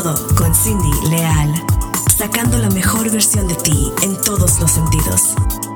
Todo con Cindy Leal. Sacando la mejor versión de ti en todos los sentidos.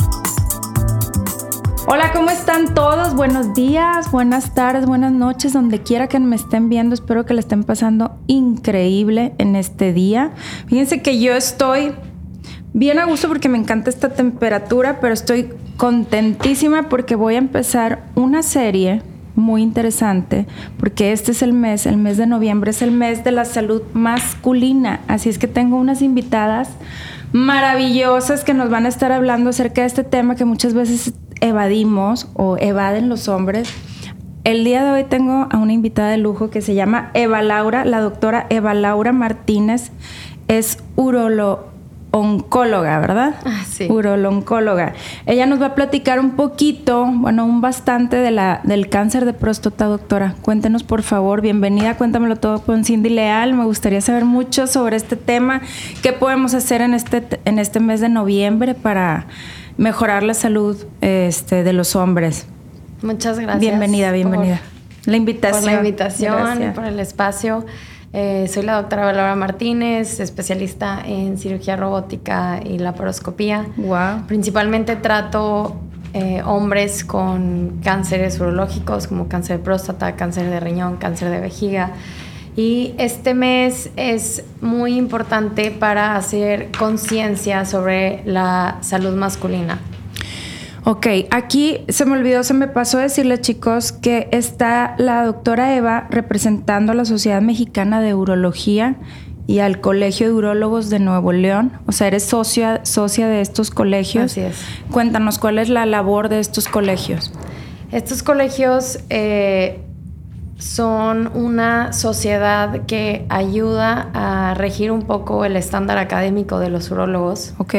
Hola, ¿cómo están todos? Buenos días, buenas tardes, buenas noches, donde quiera que me estén viendo. Espero que le estén pasando increíble en este día. Fíjense que yo estoy bien a gusto porque me encanta esta temperatura, pero estoy contentísima porque voy a empezar una serie muy interesante, porque este es el mes de noviembre, es el mes de la salud masculina. Así es que tengo unas invitadas maravillosas que nos van a estar hablando acerca de este tema que muchas veces evadimos o evaden los hombres. El día de hoy tengo a una invitada de lujo que se llama Eva Laura, la doctora Eva Laura Martínez. Es urolo-oncóloga, ¿verdad? Sí. Urolo-oncóloga. Ella nos va a platicar un poquito, un bastante del cáncer de próstata, doctora. Cuéntenos, por favor. Bienvenida, cuéntamelo todo con Cindy Leal. Me gustaría saber mucho sobre este tema. ¿Qué podemos hacer en este mes de noviembre para mejorar la salud de los hombres? Muchas gracias. Bienvenida. La invitación. Por la invitación Gracias. y por el espacio. Soy la doctora Eva Laura Martínez, especialista en cirugía robótica y laparoscopía. Wow. Principalmente trato hombres con cánceres urológicos como cáncer de próstata, cáncer de riñón, cáncer de vejiga. Y este mes es muy importante para hacer conciencia sobre la salud masculina. Ok, aquí se me pasó decirles, chicos, que está la doctora Eva representando a la Sociedad Mexicana de Urología y al Colegio de Urólogos de Nuevo León. O sea, eres socia de estos colegios. Así es. Cuéntanos, ¿cuál es la labor de estos colegios? Estos colegios son una sociedad que ayuda a regir un poco el estándar académico de los urólogos. Ok.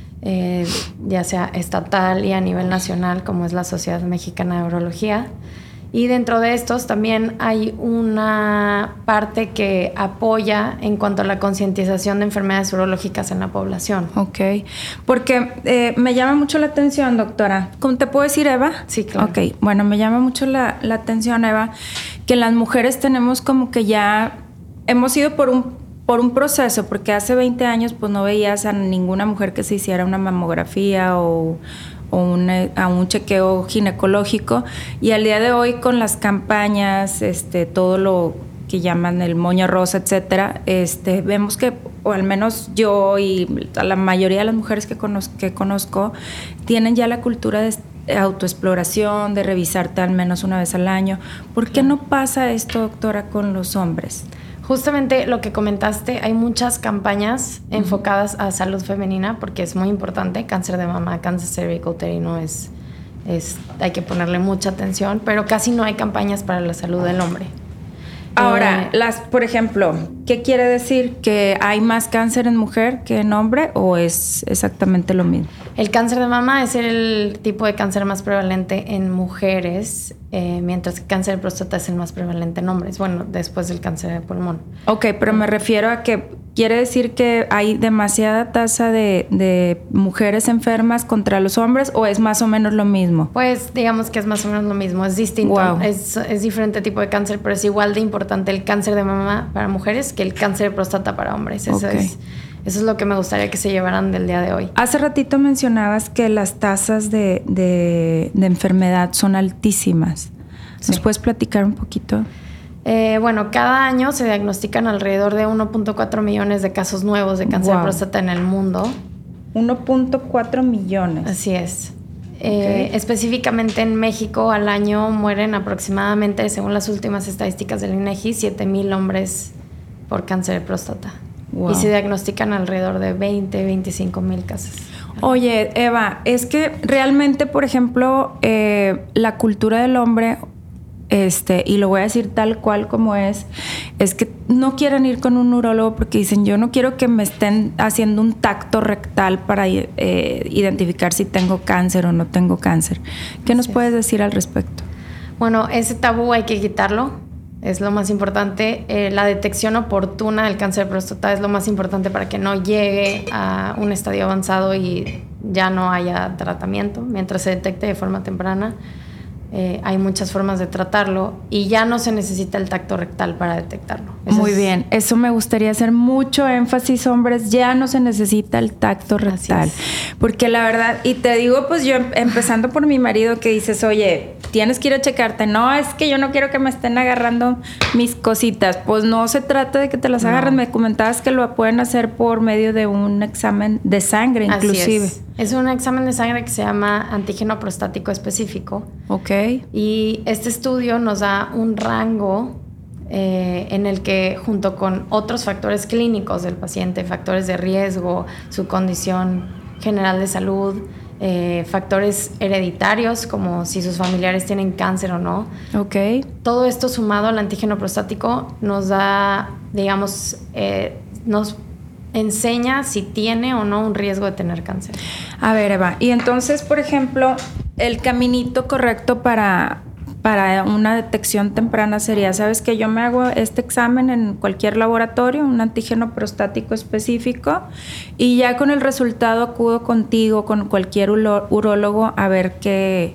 Ya sea estatal y a nivel nacional, como es la Sociedad Mexicana de Urología. Y dentro de estos también hay una parte que apoya en cuanto a la concientización de enfermedades urológicas en la población. Ok, porque me llama mucho la atención, doctora. ¿Cómo te puedo decir, Eva? Sí, claro. Ok, bueno, me llama mucho la atención, Eva, que las mujeres tenemos como que ya hemos ido por un proceso, porque hace 20 años pues no veías a ninguna mujer que se hiciera una mamografía o a un chequeo ginecológico, y al día de hoy con las campañas, todo lo que llaman el moño rosa, etcétera, vemos que, o al menos yo y la mayoría de las mujeres que conozco tienen ya la cultura de autoexploración, de revisarte al menos una vez al año. ¿Por qué no pasa esto, doctora, con los hombres? Justamente lo que comentaste, hay muchas campañas enfocadas a salud femenina porque es muy importante. Cáncer de mama, cáncer cervicouterino hay que ponerle mucha atención, pero casi no hay campañas para la salud del hombre. Ahora, por ejemplo, ¿qué quiere decir? ¿Que hay más cáncer en mujer que en hombre o es exactamente lo mismo? El cáncer de mama es el tipo de cáncer más prevalente en mujeres, mientras que el cáncer de próstata es el más prevalente en hombres, después del cáncer de pulmón. Ok, pero me refiero a que quiere decir que hay demasiada tasa de mujeres enfermas contra los hombres, ¿o es más o menos lo mismo? Pues digamos que es más o menos lo mismo, es distinto. Wow. Es diferente tipo de cáncer, pero es igual de importante el cáncer de mama para mujeres que el cáncer de próstata para hombres. Eso es lo que me gustaría que se llevaran del día de hoy. Hace ratito mencionabas que las tasas de enfermedad son altísimas. ¿Nos puedes platicar un poquito? Cada año se diagnostican alrededor de 1.4 millones de casos nuevos de cáncer de próstata en el mundo. 1.4 millones. Así es. Específicamente en México al año mueren aproximadamente, según las últimas estadísticas del INEGI, 7,000 hombres por cáncer de próstata. Wow. Y se diagnostican alrededor de 25,000 casos. Oye, Eva, es que realmente, por ejemplo, la cultura del hombre, y lo voy a decir tal cual como es que no quieren ir con un urólogo porque dicen, yo no quiero que me estén haciendo un tacto rectal para identificar si tengo cáncer o no tengo cáncer. ¿Qué nos puedes decir al respecto? Bueno, ese tabú hay que quitarlo. Es lo más importante. La detección oportuna del cáncer de próstata es lo más importante para que no llegue a un estadio avanzado y ya no haya tratamiento. Mientras se detecte de forma temprana, hay muchas formas de tratarlo y ya no se necesita el tacto rectal para detectarlo. Muy bien, eso me gustaría hacer mucho énfasis, hombres, ya no se necesita el tacto rectal. Porque la verdad, y te digo, pues yo empezando por mi marido, que dices, oye, tienes que ir a checarte. No, es que yo no quiero que me estén agarrando mis cositas. Pues no se trata de que te las agarren. Me comentabas que lo pueden hacer por medio de un examen de sangre, inclusive. Así es un examen de sangre que se llama antígeno prostático específico. Ok. Y este estudio nos da un rango en el que, junto con otros factores clínicos del paciente, factores de riesgo, su condición general de salud, factores hereditarios como si sus familiares tienen cáncer o no. Ok. Todo esto sumado al antígeno prostático nos da, digamos, nos enseña si tiene o no un riesgo de tener cáncer. A ver, Eva, y entonces, por ejemplo, el caminito correcto para una detección temprana sería, ¿sabes que yo me hago este examen en cualquier laboratorio, un antígeno prostático específico, y ya con el resultado acudo contigo, con cualquier urólogo, a ver qué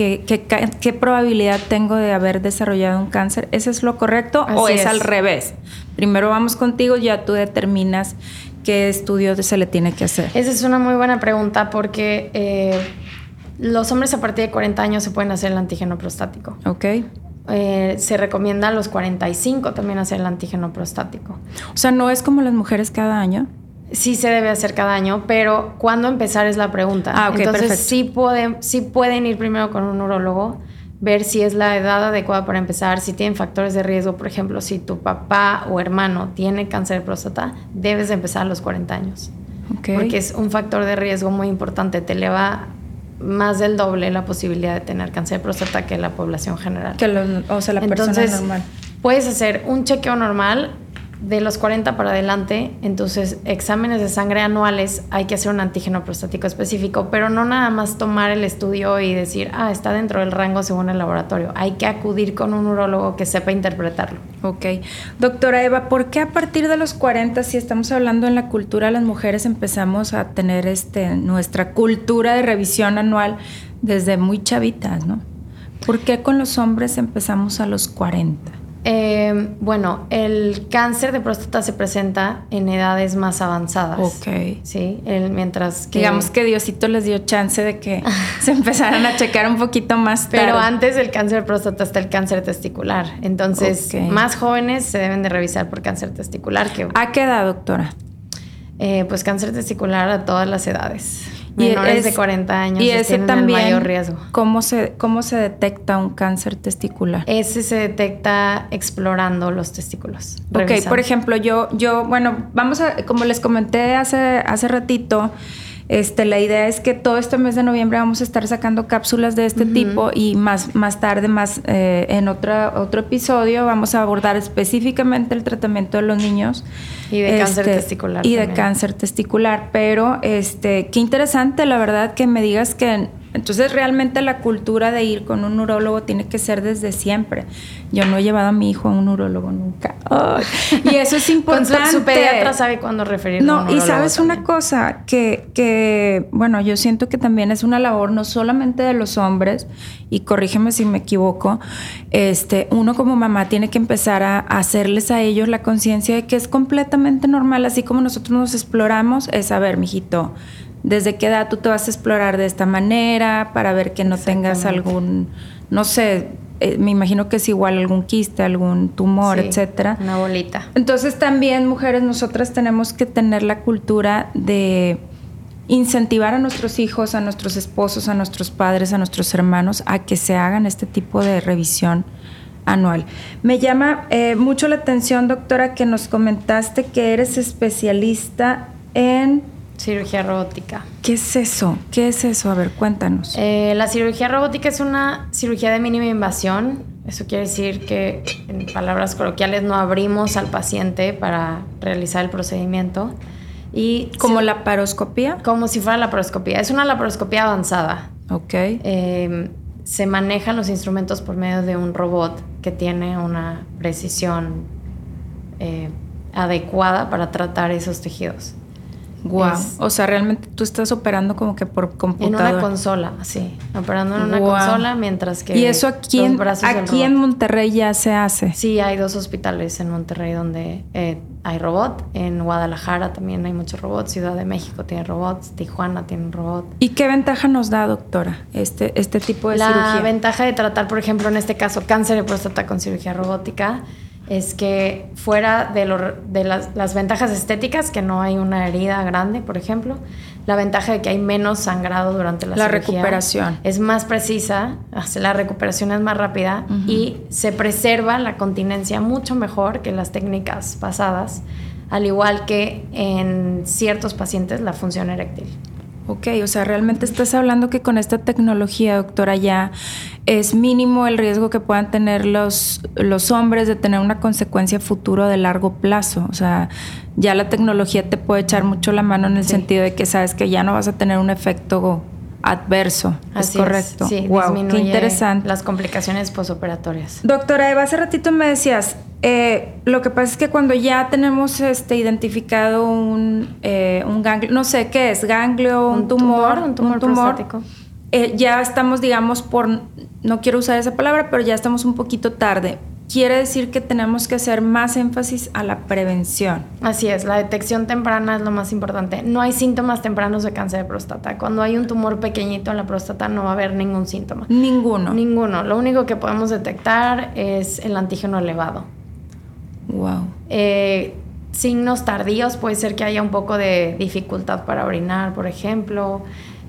probabilidad tengo de haber desarrollado un cáncer? ¿Eso es lo correcto? Así ¿O es es al revés? Primero vamos contigo, ya tú determinas qué estudio se le tiene que hacer. Esa es una muy buena pregunta porque los hombres a partir de 40 años se pueden hacer el antígeno prostático. Ok. Se recomienda a los 45 también hacer el antígeno prostático. O sea, ¿no es como las mujeres cada año? Sí se debe hacer cada año, pero ¿cuándo empezar es la pregunta? Ah, ok, entonces perfecto. sí pueden ir primero con un urólogo, ver si es la edad adecuada para empezar, si tienen factores de riesgo. Por ejemplo, si tu papá o hermano tiene cáncer de próstata, debes de empezar a los 40 años. Okay. Porque es un factor de riesgo muy importante, te eleva más del doble la posibilidad de tener cáncer de próstata que la población general. O sea, la persona normal. Puedes hacer un chequeo normal de los 40 para adelante. Entonces, exámenes de sangre anuales, hay que hacer un antígeno prostático específico, pero no nada más tomar el estudio y decir, está dentro del rango según el laboratorio. Hay que acudir con un urólogo que sepa interpretarlo. Ok. Doctora Eva, ¿por qué a partir de los 40, si estamos hablando en la cultura, las mujeres empezamos a tener nuestra cultura de revisión anual desde muy chavitas, ¿no? ¿Por qué con los hombres empezamos a los 40? Bueno, el cáncer de próstata se presenta en edades más avanzadas. Ok. Sí, mientras que... Digamos que Diosito les dio chance de que se empezaran a checar un poquito más tarde. Pero antes del cáncer de próstata está el cáncer testicular. Entonces, más jóvenes se deben de revisar por cáncer testicular. ¿A qué edad, doctora? Pues cáncer testicular a todas las edades. Menores de 40 años y ese tienen también, el mayor riesgo. ¿Cómo se detecta un cáncer testicular? Ese se detecta explorando los testículos. Ok, por ejemplo, como les comenté hace ratito, la idea es que todo este mes de noviembre vamos a estar sacando cápsulas de este tipo y más tarde, en otro episodio, vamos a abordar específicamente el tratamiento de los niños. Y de cáncer testicular. Y también de cáncer testicular. Pero qué interesante, la verdad, que me digas que entonces realmente la cultura de ir con un urólogo tiene que ser desde siempre. Yo no he llevado a mi hijo a un urólogo nunca. Ay, y eso es importante. Su pediatra sabe cuándo referirlo a un urólogo. Y sabes también. una cosa, que bueno, yo siento que también es una labor no solamente de los hombres, y corrígeme si me equivoco, uno como mamá tiene que empezar a hacerles a ellos la conciencia de que es completamente normal, así como nosotros nos exploramos, es a ver, mijito, ¿desde qué edad tú te vas a explorar de esta manera para ver que no tengas algún, no sé, me imagino que es igual algún quiste, algún tumor, etcétera? Una bolita. Entonces también, mujeres, nosotras tenemos que tener la cultura de incentivar a nuestros hijos, a nuestros esposos, a nuestros padres, a nuestros hermanos a que se hagan este tipo de revisión anual. Me llama mucho la atención, doctora, que nos comentaste que eres especialista en cirugía robótica. ¿Qué es eso? ¿Qué es eso? A ver, cuéntanos. La cirugía robótica es una cirugía de mínima invasión. Eso quiere decir que, en palabras coloquiales, no abrimos al paciente para realizar el procedimiento. Y ¿Como laparoscopía? Como si fuera laparoscopía. Es una laparoscopía avanzada. Ok. Se manejan los instrumentos por medio de un robot que tiene una precisión adecuada para tratar esos tejidos. Wow. O sea, realmente tú estás operando como que por computadora. En una consola, sí. Operando en una consola mientras que... ¿Y eso aquí en Monterrey ya se hace? Sí, hay 2 hospitales en Monterrey donde hay robot. En Guadalajara también hay muchos robots. Ciudad de México tiene robots. Tijuana tiene un robot. ¿Y qué ventaja nos da, doctora, este tipo de cirugía? La ventaja de tratar, por ejemplo, en este caso, cáncer de próstata con cirugía robótica es que fuera de las ventajas estéticas, que no hay una herida grande, por ejemplo, la ventaja de que hay menos sangrado durante la cirugía. La recuperación. Es más precisa, la recuperación es más rápida y se preserva la continencia mucho mejor que las técnicas pasadas, al igual que en ciertos pacientes la función eréctil. Ok, o sea, realmente estás hablando que con esta tecnología, doctora, ya es mínimo el riesgo que puedan tener los hombres de tener una consecuencia futuro de largo plazo. O sea, ya la tecnología te puede echar mucho la mano en el sentido de que sabes que ya no vas a tener un efecto adverso. Así ¿Es correcto? Es, sí, wow, qué interesante. Las complicaciones posoperatorias. Doctora Eva, hace ratito me decías, lo que pasa es que cuando ya tenemos identificado un ganglio, no sé qué es, ganglio, un tumor prostático. Ya estamos, digamos, no quiero usar esa palabra, pero ya estamos un poquito tarde. Quiere decir que tenemos que hacer más énfasis a la prevención. Así es, la detección temprana es lo más importante. No hay síntomas tempranos de cáncer de próstata. Cuando hay un tumor pequeñito en la próstata no va a haber ningún síntoma. Ninguno. Lo único que podemos detectar es el antígeno elevado. Wow. Signos tardíos, puede ser que haya un poco de dificultad para orinar, por ejemplo.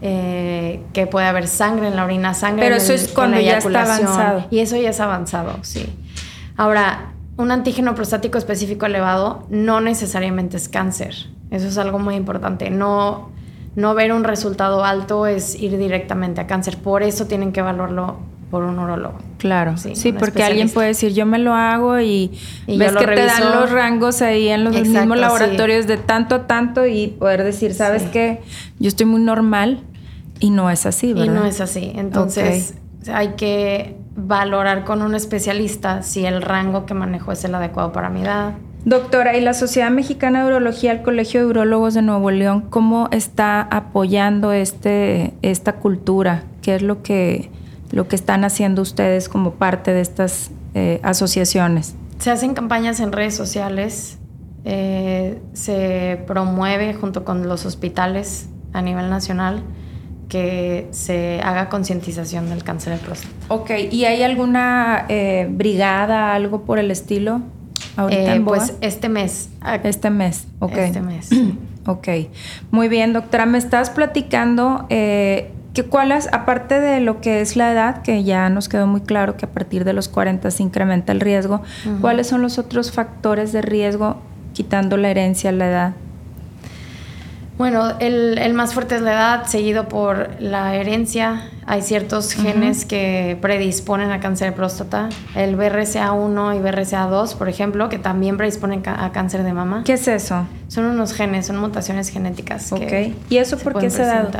Que puede haber sangre en la orina, pero eso es cuando ya está avanzado. Y eso ya es avanzado, sí. Ahora, un antígeno prostático específico elevado no necesariamente es cáncer. Eso es algo muy importante. No ver un resultado alto es ir directamente a cáncer. Por eso tienen que evaluarlo por un urólogo. Claro, sí, porque alguien puede decir, yo me lo hago y ves que te dan los rangos ahí en los mismos laboratorios de tanto a tanto y poder decir, ¿sabes qué? Yo estoy muy normal y no es así, ¿verdad? Y no es así. Entonces, hay que valorar con un especialista si el rango que manejo es el adecuado para mi edad. Doctora, ¿y la Sociedad Mexicana de Urología, el Colegio de Urólogos de Nuevo León, cómo está apoyando esta cultura? ¿Qué es lo que están haciendo ustedes como parte de estas asociaciones? Se hacen campañas en redes sociales, se promueve junto con los hospitales a nivel nacional que se haga concientización del cáncer de próstata. Ok, ¿y hay alguna brigada, algo por el estilo ahorita en boga? Pues este mes. Este mes, ok. Este mes. Ok, muy bien, doctora, me estás platicando aparte de lo que es la edad, que ya nos quedó muy claro que a partir de los 40 se incrementa el riesgo, ¿cuáles son los otros factores de riesgo quitando la herencia, la edad? Bueno, el más fuerte es la edad, seguido por la herencia. Hay ciertos genes que predisponen a cáncer de próstata. El BRCA1 y BRCA2, por ejemplo, que también predisponen a cáncer de mama. ¿Qué es eso? Son unos genes, son mutaciones genéticas. Ok. ¿Y eso por qué se da?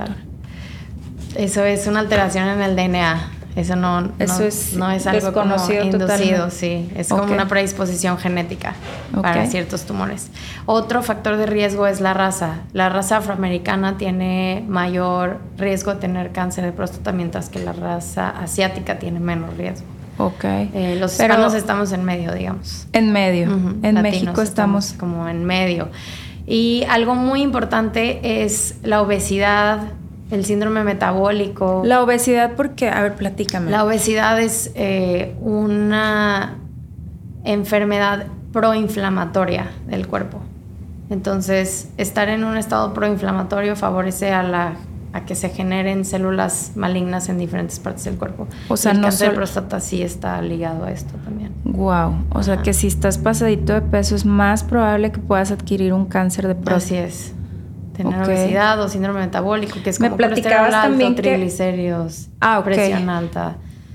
Eso es una alteración en el DNA. Eso no es algo desconocido, como inducido, totalmente. sí. Es como una predisposición genética para ciertos tumores. Otro factor de riesgo es la raza. La raza afroamericana tiene mayor riesgo de tener cáncer de próstata, mientras que la raza asiática tiene menos riesgo. Ok. Los hispanos estamos en medio, digamos. En medio. En México estamos como en medio. Y algo muy importante es la obesidad, el síndrome metabólico. La obesidad, ¿por qué? A ver, platícame. La obesidad es una enfermedad proinflamatoria del cuerpo. Entonces, estar en un estado proinflamatorio favorece a que se generen células malignas en diferentes partes del cuerpo. O sea, el cáncer de próstata sí está ligado a esto también. Wow. O sea, que si estás pasadito de peso es más probable que puedas adquirir un cáncer de próstata. Así es. Tener obesidad o síndrome metabólico, que es como colesterol alto, triglicéridos, presión alta.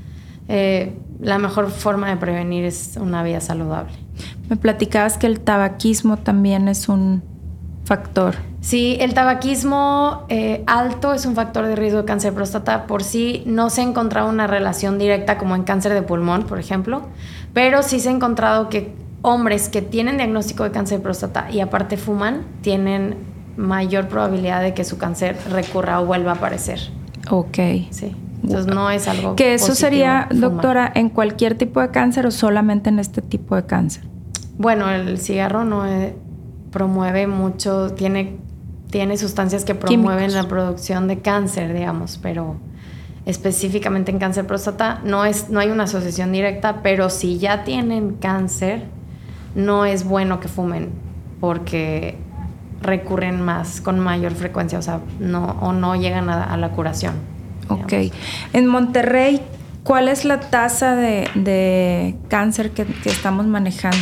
La mejor forma de prevenir es una vida saludable. Me platicabas que el tabaquismo también es un factor. Sí, el tabaquismo alto es un factor de riesgo de cáncer de próstata. Por sí no se ha encontrado una relación directa como en cáncer de pulmón, por ejemplo, pero sí se ha encontrado que hombres que tienen diagnóstico de cáncer de próstata y aparte fuman, tienen mayor probabilidad de que su cáncer recurra o vuelva a aparecer. Ok. Sí. Entonces no es algo que eso positivo, sería, fumar. doctora, en cualquier tipo de cáncer o solamente en este tipo de cáncer. Bueno, el cigarro no promueve mucho, tiene sustancias que promueven Químicos. la producción de cáncer, digamos, pero específicamente en cáncer próstata no hay una asociación directa, pero si ya tienen cáncer, no es bueno que fumen porque recurren con mayor frecuencia, o sea, no llegan a la curación. Ok. Digamos. En Monterrey, ¿cuál es la tasa de cáncer que estamos manejando?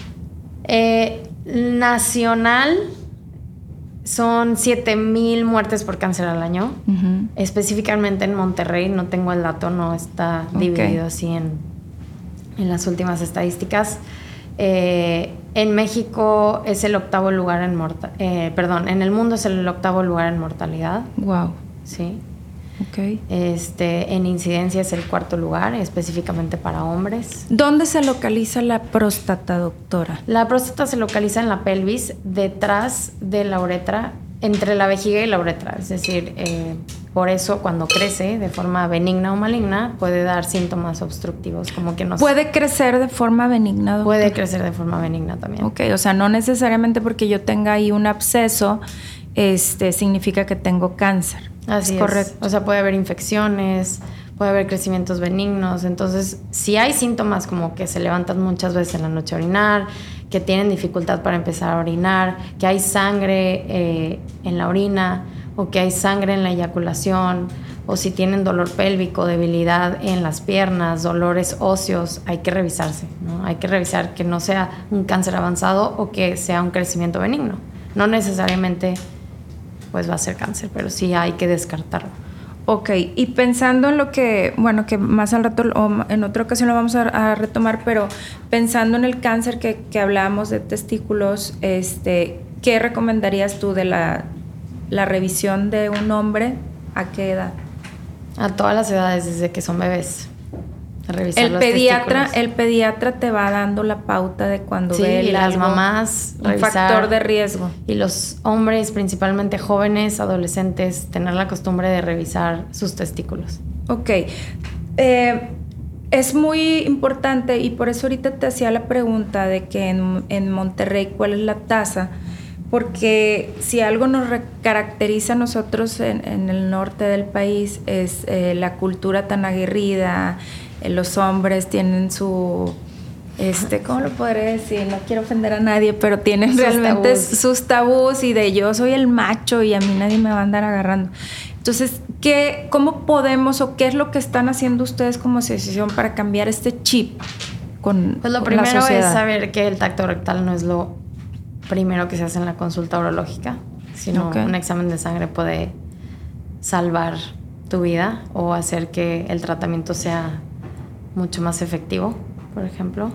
Nacional son 7,000 muertes por cáncer al año. Uh-huh. Específicamente en Monterrey, no tengo el dato, no está dividido así en las últimas estadísticas. En México es el octavo lugar en el mundo es el octavo lugar en mortalidad. Wow. Sí. Ok. En incidencia es el cuarto lugar, específicamente para hombres. ¿Dónde se localiza la próstata, doctora? La próstata se localiza en la pelvis, detrás de la uretra, entre la vejiga y la uretra. Es decir, por eso cuando crece de forma benigna o maligna puede dar síntomas obstructivos, como que no ¿Puede crecer de forma benigna, doctora? puede crecer de forma benigna también. Ok, o sea, no necesariamente porque yo tenga ahí un absceso, significa que tengo cáncer. Así es. Correcto. O sea, puede haber infecciones, puede haber crecimientos benignos. Entonces, si hay síntomas como que se levantan muchas veces en la noche a orinar, que tienen dificultad para empezar a orinar, que hay sangre en la orina o que hay sangre en la eyaculación, o si tienen dolor pélvico, debilidad en las piernas, dolores óseos, hay que revisarse, ¿no? Hay que revisar que no sea un cáncer avanzado o que sea un crecimiento benigno. No necesariamente pues va a ser cáncer, pero sí hay que descartarlo. Ok, y pensando en lo que, bueno, que más al rato o en otra ocasión lo vamos a retomar, pero pensando en el cáncer que hablábamos de testículos, ¿qué recomendarías tú de la revisión de un hombre? ¿A qué edad? A todas las edades, desde que son bebés. A revisar El los testículos. pediatra te va dando la pauta de cuando Sí, ve y las algo, mamás un revisar. factor de riesgo. Y los hombres, principalmente jóvenes, adolescentes, tener la costumbre de revisar sus testículos. Ok. Es muy importante y por eso ahorita te hacía la pregunta de que en Monterrey cuál es la tasa, porque si algo nos caracteriza a nosotros en el norte del país es la cultura tan aguerrida, los hombres tienen su... ¿cómo lo podré decir? No quiero ofender a nadie, pero tienen Sus realmente tabús. sus tabús y de yo soy el macho y a mí nadie me va a andar agarrando. Entonces, ¿cómo podemos o qué es lo que están haciendo ustedes como asociación para cambiar este chip con Pues lo la primero es sociedad? saber que el tacto rectal no es lo primero que se hace en la consulta urológica, sino un examen de sangre puede salvar tu vida o hacer que el tratamiento sea mucho más efectivo, por ejemplo.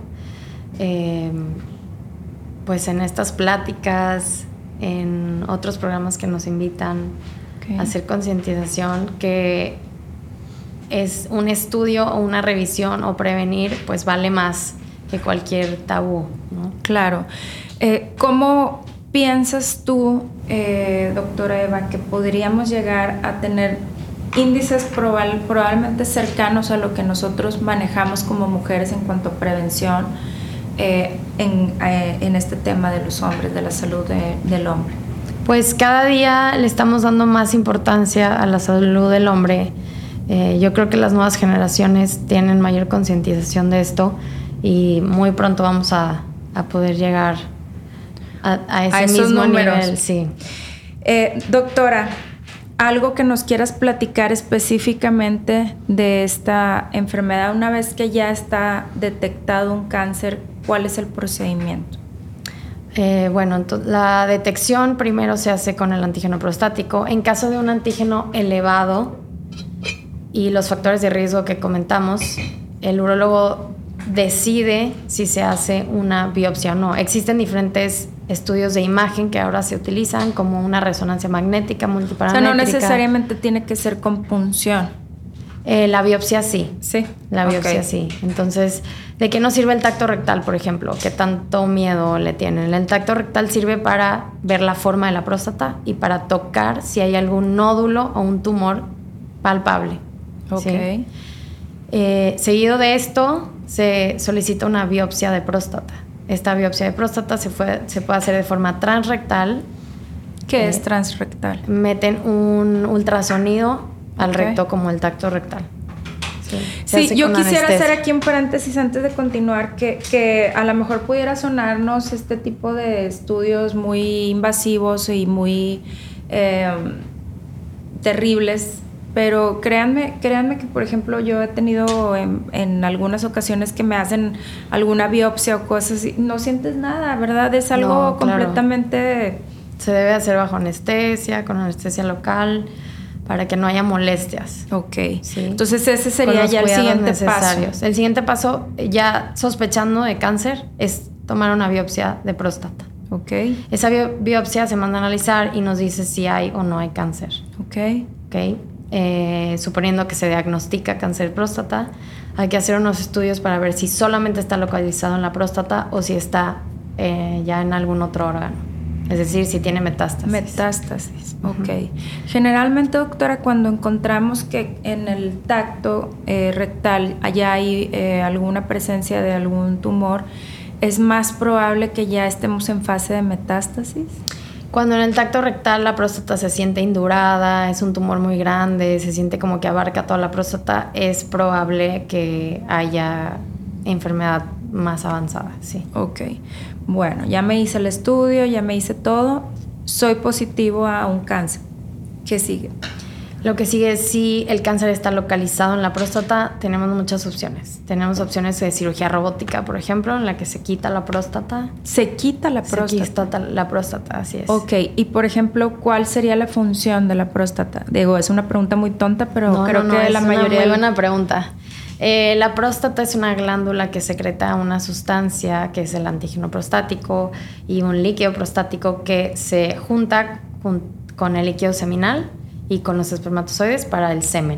Pues en estas pláticas, en otros programas que nos invitan a hacer concientización, que es un estudio o una revisión o prevenir, pues vale más que cualquier tabú, ¿no? Claro. ¿Cómo piensas tú, doctora Eva, que podríamos llegar a tener índices probablemente cercanos a lo que nosotros manejamos como mujeres en cuanto a prevención en este tema de los hombres, de la salud del hombre? Pues cada día le estamos dando más importancia a la salud del hombre. Yo creo que las nuevas generaciones tienen mayor concientización de esto y muy pronto vamos a poder llegar a ese mismo nivel. Sí. Doctora, algo que nos quieras platicar específicamente de esta enfermedad, una vez que ya está detectado un cáncer, ¿cuál es el procedimiento? Bueno, la detección primero se hace con el antígeno prostático. En caso de un antígeno elevado y los factores de riesgo que comentamos, el urólogo decide si se hace una biopsia o no. Existen diferentes estudios de imagen que ahora se utilizan, como una resonancia magnética multiparamétrica. O sea, no necesariamente tiene que ser con punción. La biopsia sí. Sí. La biopsia sí. Entonces, ¿De qué nos sirve el tacto rectal, por ejemplo? ¿Qué tanto miedo le tienen? El tacto rectal sirve para ver la forma de la próstata y para tocar si hay algún nódulo o un tumor palpable. Ok. ¿Sí? Seguido de esto, se solicita una biopsia de próstata. Esta biopsia de próstata se puede hacer de forma transrectal. ¿Qué es transrectal? Meten un ultrasonido al Ok. recto como el tacto rectal. Se Sí, hace yo con quisiera anestesia. hacer aquí un paréntesis antes de continuar, que a lo mejor pudiera sonarnos este tipo de estudios muy invasivos y muy terribles, pero créanme que, por ejemplo, yo he tenido en algunas ocasiones que me hacen alguna biopsia o cosas así, no sientes nada, ¿verdad? Es algo No, claro. completamente... Se debe hacer bajo anestesia, con anestesia local, para que no haya molestias. Ok. Sí. Entonces ese Con sería los ya el cuidados siguiente necesarios. paso. El siguiente paso, ya sospechando de cáncer, es tomar una biopsia de próstata. Ok, Esa biopsia se manda a analizar y nos dice si hay o no hay cáncer. ok. ¿Ok? Suponiendo que se diagnostica cáncer de próstata, hay que hacer unos estudios para ver si solamente está localizado en la próstata o si está ya en algún otro órgano. Es decir, si tiene metástasis. Metástasis, ok. Generalmente, doctora, cuando encontramos que en el tacto rectal allá hay alguna presencia de algún tumor, ¿es más probable que ya estemos en fase de metástasis? Cuando en el tacto rectal la próstata se siente indurada, es un tumor muy grande, se siente como que abarca toda la próstata, es probable que haya enfermedad más avanzada, sí. Ok. Bueno, ya me hice el estudio, ya me hice todo. Soy positivo a un cáncer. ¿Qué sigue? Lo que sigue es si el cáncer está localizado en la próstata, tenemos muchas opciones. Tenemos opciones de cirugía robótica, por ejemplo, en la que se quita la próstata. Se quita la próstata. Se quita la próstata, así es. Ok, y por ejemplo, ¿cuál sería la función de la próstata? Digo, es una pregunta muy tonta, pero creo que la mayoría... Es una muy buena pregunta. La próstata es una glándula que secreta una sustancia que es el antígeno prostático y un líquido prostático que se junta con el líquido seminal y con los espermatozoides para el semen.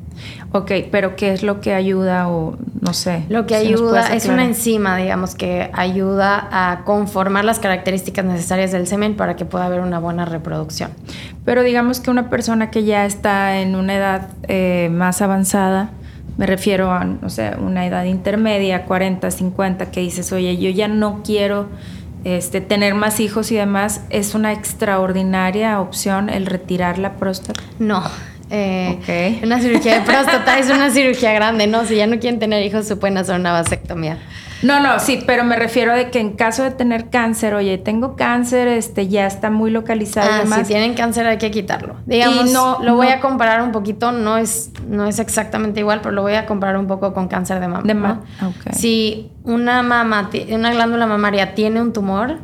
Ok, pero ¿qué es lo que ayuda o no sé? Lo que si nos puedes ayuda es aclarar. una enzima, digamos, que ayuda a conformar las características necesarias del semen para que pueda haber una buena reproducción. Pero digamos que una persona que ya está en una edad más avanzada, me refiero a, no sé, una edad intermedia, 40, 50, que dices, oye, yo ya no quiero tener más hijos y demás, ¿es una extraordinaria opción el retirar la próstata? No. Ok. Una cirugía de próstata es una cirugía grande, ¿no? Si ya no quieren tener hijos, se pueden hacer una vasectomía. No, sí, pero me refiero de que en caso de tener cáncer, oye, tengo cáncer, ya está muy localizado y demás. Si tienen cáncer hay que quitarlo. Digamos, lo voy a comparar un poquito, no es exactamente igual, pero lo voy a comparar un poco con cáncer de mama. ¿no? Okay. Si una glándula mamaria tiene un tumor,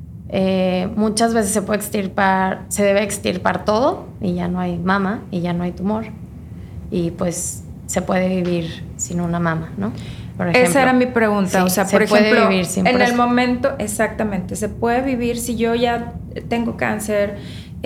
muchas veces se debe extirpar todo y ya no hay mama y ya no hay tumor. Y pues se puede vivir sin una mama, ¿no? Por ejemplo. Esa era mi pregunta, Sí, o sea, se por ejemplo, puede vivir sin en el próstata. momento, exactamente, se puede vivir si yo ya tengo cáncer,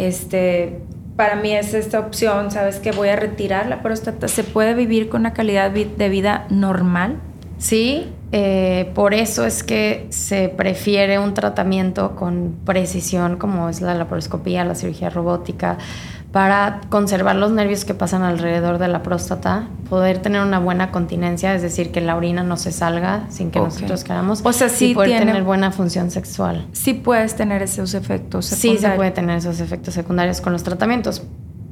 para mí es esta opción, ¿sabes qué? Voy a retirar la próstata, ¿se puede vivir con una calidad de vida normal? Sí, por eso es que se prefiere un tratamiento con precisión como es la laparoscopía, la cirugía robótica, para conservar los nervios que pasan alrededor de la próstata, poder tener una buena continencia, es decir, que la orina no se salga sin que nosotros queramos, o sea, sí y poder tener buena función sexual. Sí puedes tener esos efectos secundarios. Sí se puede tener esos efectos secundarios con los tratamientos.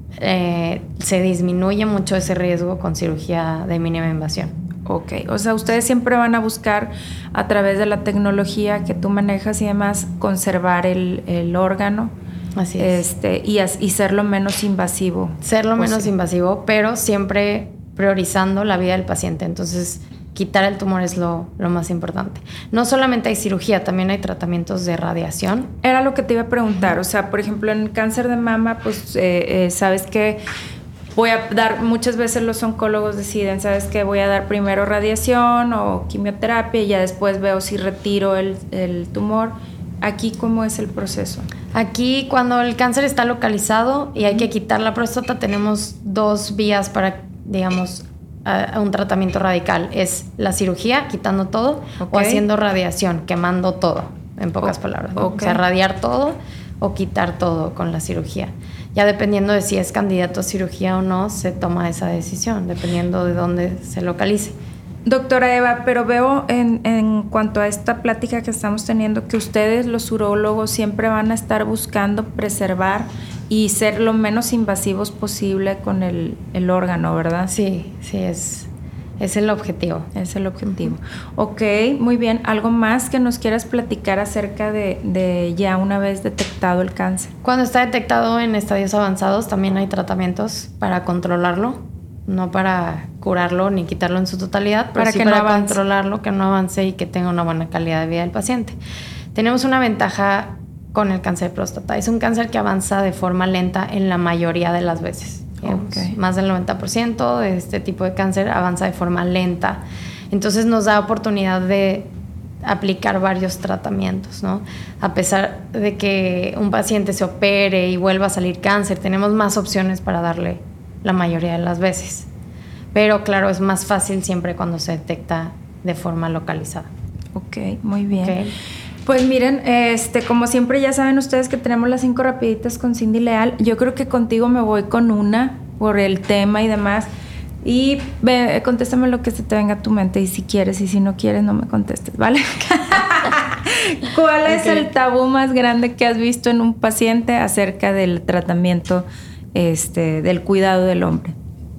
Se disminuye mucho ese riesgo con cirugía de mínima invasión. Ok, o sea, ustedes siempre van a buscar a través de la tecnología que tú manejas y demás conservar el órgano. Así es. Y ser lo menos invasivo. Ser lo menos sí. invasivo, pero siempre priorizando la vida del paciente. Entonces, quitar el tumor es lo más importante. No solamente hay cirugía, también hay tratamientos de radiación. Era lo que te iba a preguntar. O sea, por ejemplo, en cáncer de mama, pues, sabes que voy a dar, muchas veces los oncólogos deciden, ¿sabes qué? Voy a dar primero radiación o quimioterapia y ya después veo si retiro el tumor. ¿Aquí cómo es el proceso? Aquí, cuando el cáncer está localizado y hay que quitar la próstata, tenemos dos vías para, digamos, a un tratamiento radical. Es la cirugía, quitando todo, o haciendo radiación, quemando todo, en pocas palabras, ¿no? O sea, radiar todo o quitar todo con la cirugía. Ya dependiendo de si es candidato a cirugía o no, se toma esa decisión, dependiendo de dónde se localice. Doctora Eva, pero veo en cuanto a esta plática que estamos teniendo que ustedes, los urólogos, siempre van a estar buscando preservar y ser lo menos invasivos posible con el órgano, ¿verdad? Sí, es el objetivo. Es el objetivo. Ok, muy bien. ¿Algo más que nos quieras platicar acerca de ya una vez detectado el cáncer? Cuando está detectado en estadios avanzados, también hay tratamientos para controlarlo, no para curarlo ni quitarlo en su totalidad, pero sí para controlarlo, que no avance y que tenga una buena calidad de vida del paciente. Tenemos una ventaja con el cáncer de próstata. Es un cáncer que avanza de forma lenta en la mayoría de las veces. Más del 90% de este tipo de cáncer avanza de forma lenta. Entonces nos da oportunidad de aplicar varios tratamientos, ¿no? A pesar de que un paciente se opere y vuelva a salir cáncer, tenemos más opciones para darle la mayoría de las veces. Pero claro, es más fácil siempre cuando se detecta de forma localizada. Ok, muy bien. Pues miren, como siempre ya saben ustedes que tenemos las 5 rapiditas con Cindy Leal. Yo creo que contigo me voy con una por el tema y demás. Y contéstame lo que se te venga a tu mente, y si quieres, y si no quieres no me contestes, ¿vale? ¿Cuál es el tabú más grande que has visto en un paciente acerca del tratamiento del cuidado del hombre?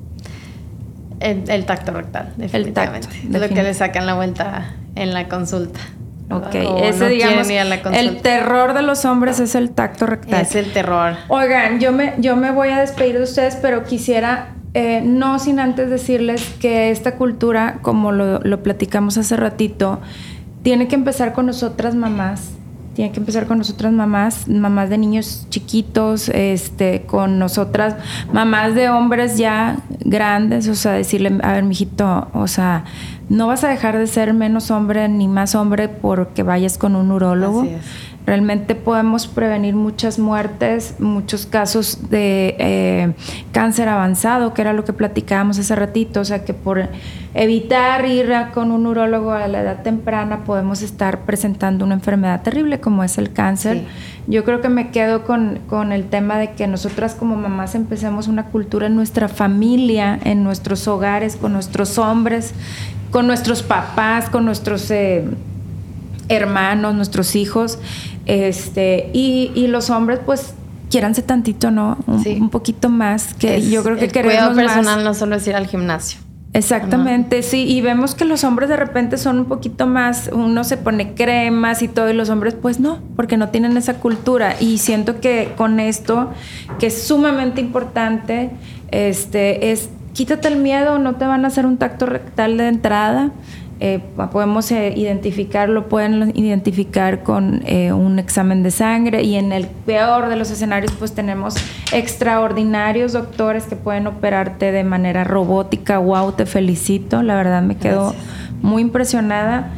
El tacto rectal, definitivamente. El tacto, lo que le sacan la vuelta en la consulta. Ok, ese no, digamos, el terror de los hombres es el tacto rectal. Es el terror. Oigan, yo me voy a despedir de ustedes, pero quisiera, no sin antes decirles que esta cultura, como lo platicamos hace ratito, tiene que empezar con nosotras mamás. Tiene que empezar con nosotras mamás de niños chiquitos, con nosotras mamás de hombres ya grandes, o sea, decirle, a ver, mijito, o sea, no vas a dejar de ser menos hombre ni más hombre porque vayas con un urólogo. Así es. Realmente podemos prevenir muchas muertes, muchos casos de cáncer avanzado, que era lo que platicábamos hace ratito, o sea que por evitar ir con un urólogo a la edad temprana podemos estar presentando una enfermedad terrible como es el cáncer. Sí. Yo creo que me quedo con el tema de que nosotras como mamás empecemos una cultura en nuestra familia, en nuestros hogares, con nuestros hombres, con nuestros papás, con nuestros hermanos, nuestros hijos, y los hombres pues quiéranse tantito, ¿no? Un poquito más, que yo creo que queremos más. El cuidado personal no solo es ir al gimnasio. Exactamente, ¿no? Sí, y vemos que los hombres de repente son un poquito más, uno se pone cremas y todo, y los hombres pues no, porque no tienen esa cultura, y siento que con esto, que es sumamente importante, es quítate el miedo, no te van a hacer un tacto rectal de entrada. Podemos identificarlo, pueden identificar con un examen de sangre, y en el peor de los escenarios pues tenemos extraordinarios doctores que pueden operarte de manera robótica. Wow, te felicito, la verdad me quedo muy impresionada.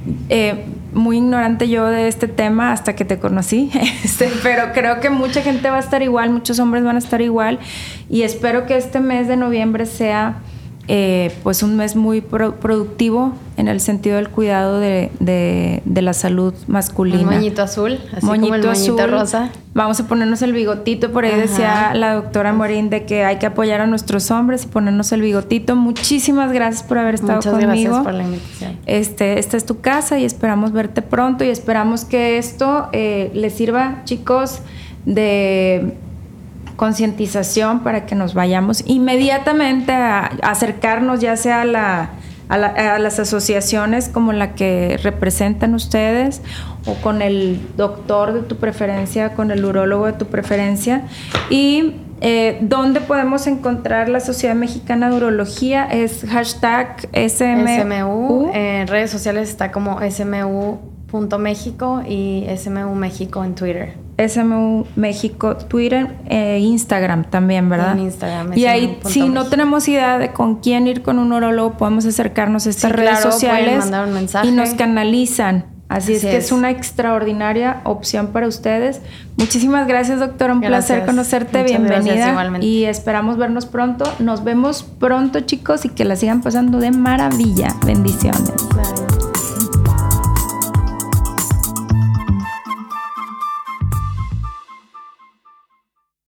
Muy ignorante yo de este tema hasta que te conocí, pero creo que mucha gente va a estar igual, muchos hombres van a estar igual, y espero que este mes de noviembre sea pues un mes muy productivo en el sentido del cuidado de la salud masculina. Un moñito azul, así como el moñito rosa. Vamos a ponernos el bigotito, por ahí decía la doctora Morín de que hay que apoyar a nuestros hombres y ponernos el bigotito. Muchísimas gracias por haber estado conmigo. Muchas gracias por la invitación. Esta es tu casa y esperamos verte pronto, y esperamos que esto les sirva, chicos, de concientización para que nos vayamos inmediatamente a acercarnos ya sea a las asociaciones como la que representan ustedes, o con el doctor de tu preferencia, con el urólogo de tu preferencia. Y ¿dónde podemos encontrar la Sociedad Mexicana de Urología? Es hashtag SMU. En redes sociales está como SMU.México y SMU México en Twitter. SMU México, Twitter, Instagram también, ¿verdad? En Instagram. Y ahí, si no tenemos idea de con quién ir con un urólogo, podemos acercarnos a estas redes sociales, pueden mandar un mensaje y nos canalizan Así es que es una extraordinaria opción para ustedes. Muchísimas gracias, doctora. Un placer conocerte. Muchas bienvenida. Gracias, igualmente. Y esperamos vernos pronto. Nos vemos pronto, chicos, y que la sigan pasando de maravilla. Bendiciones.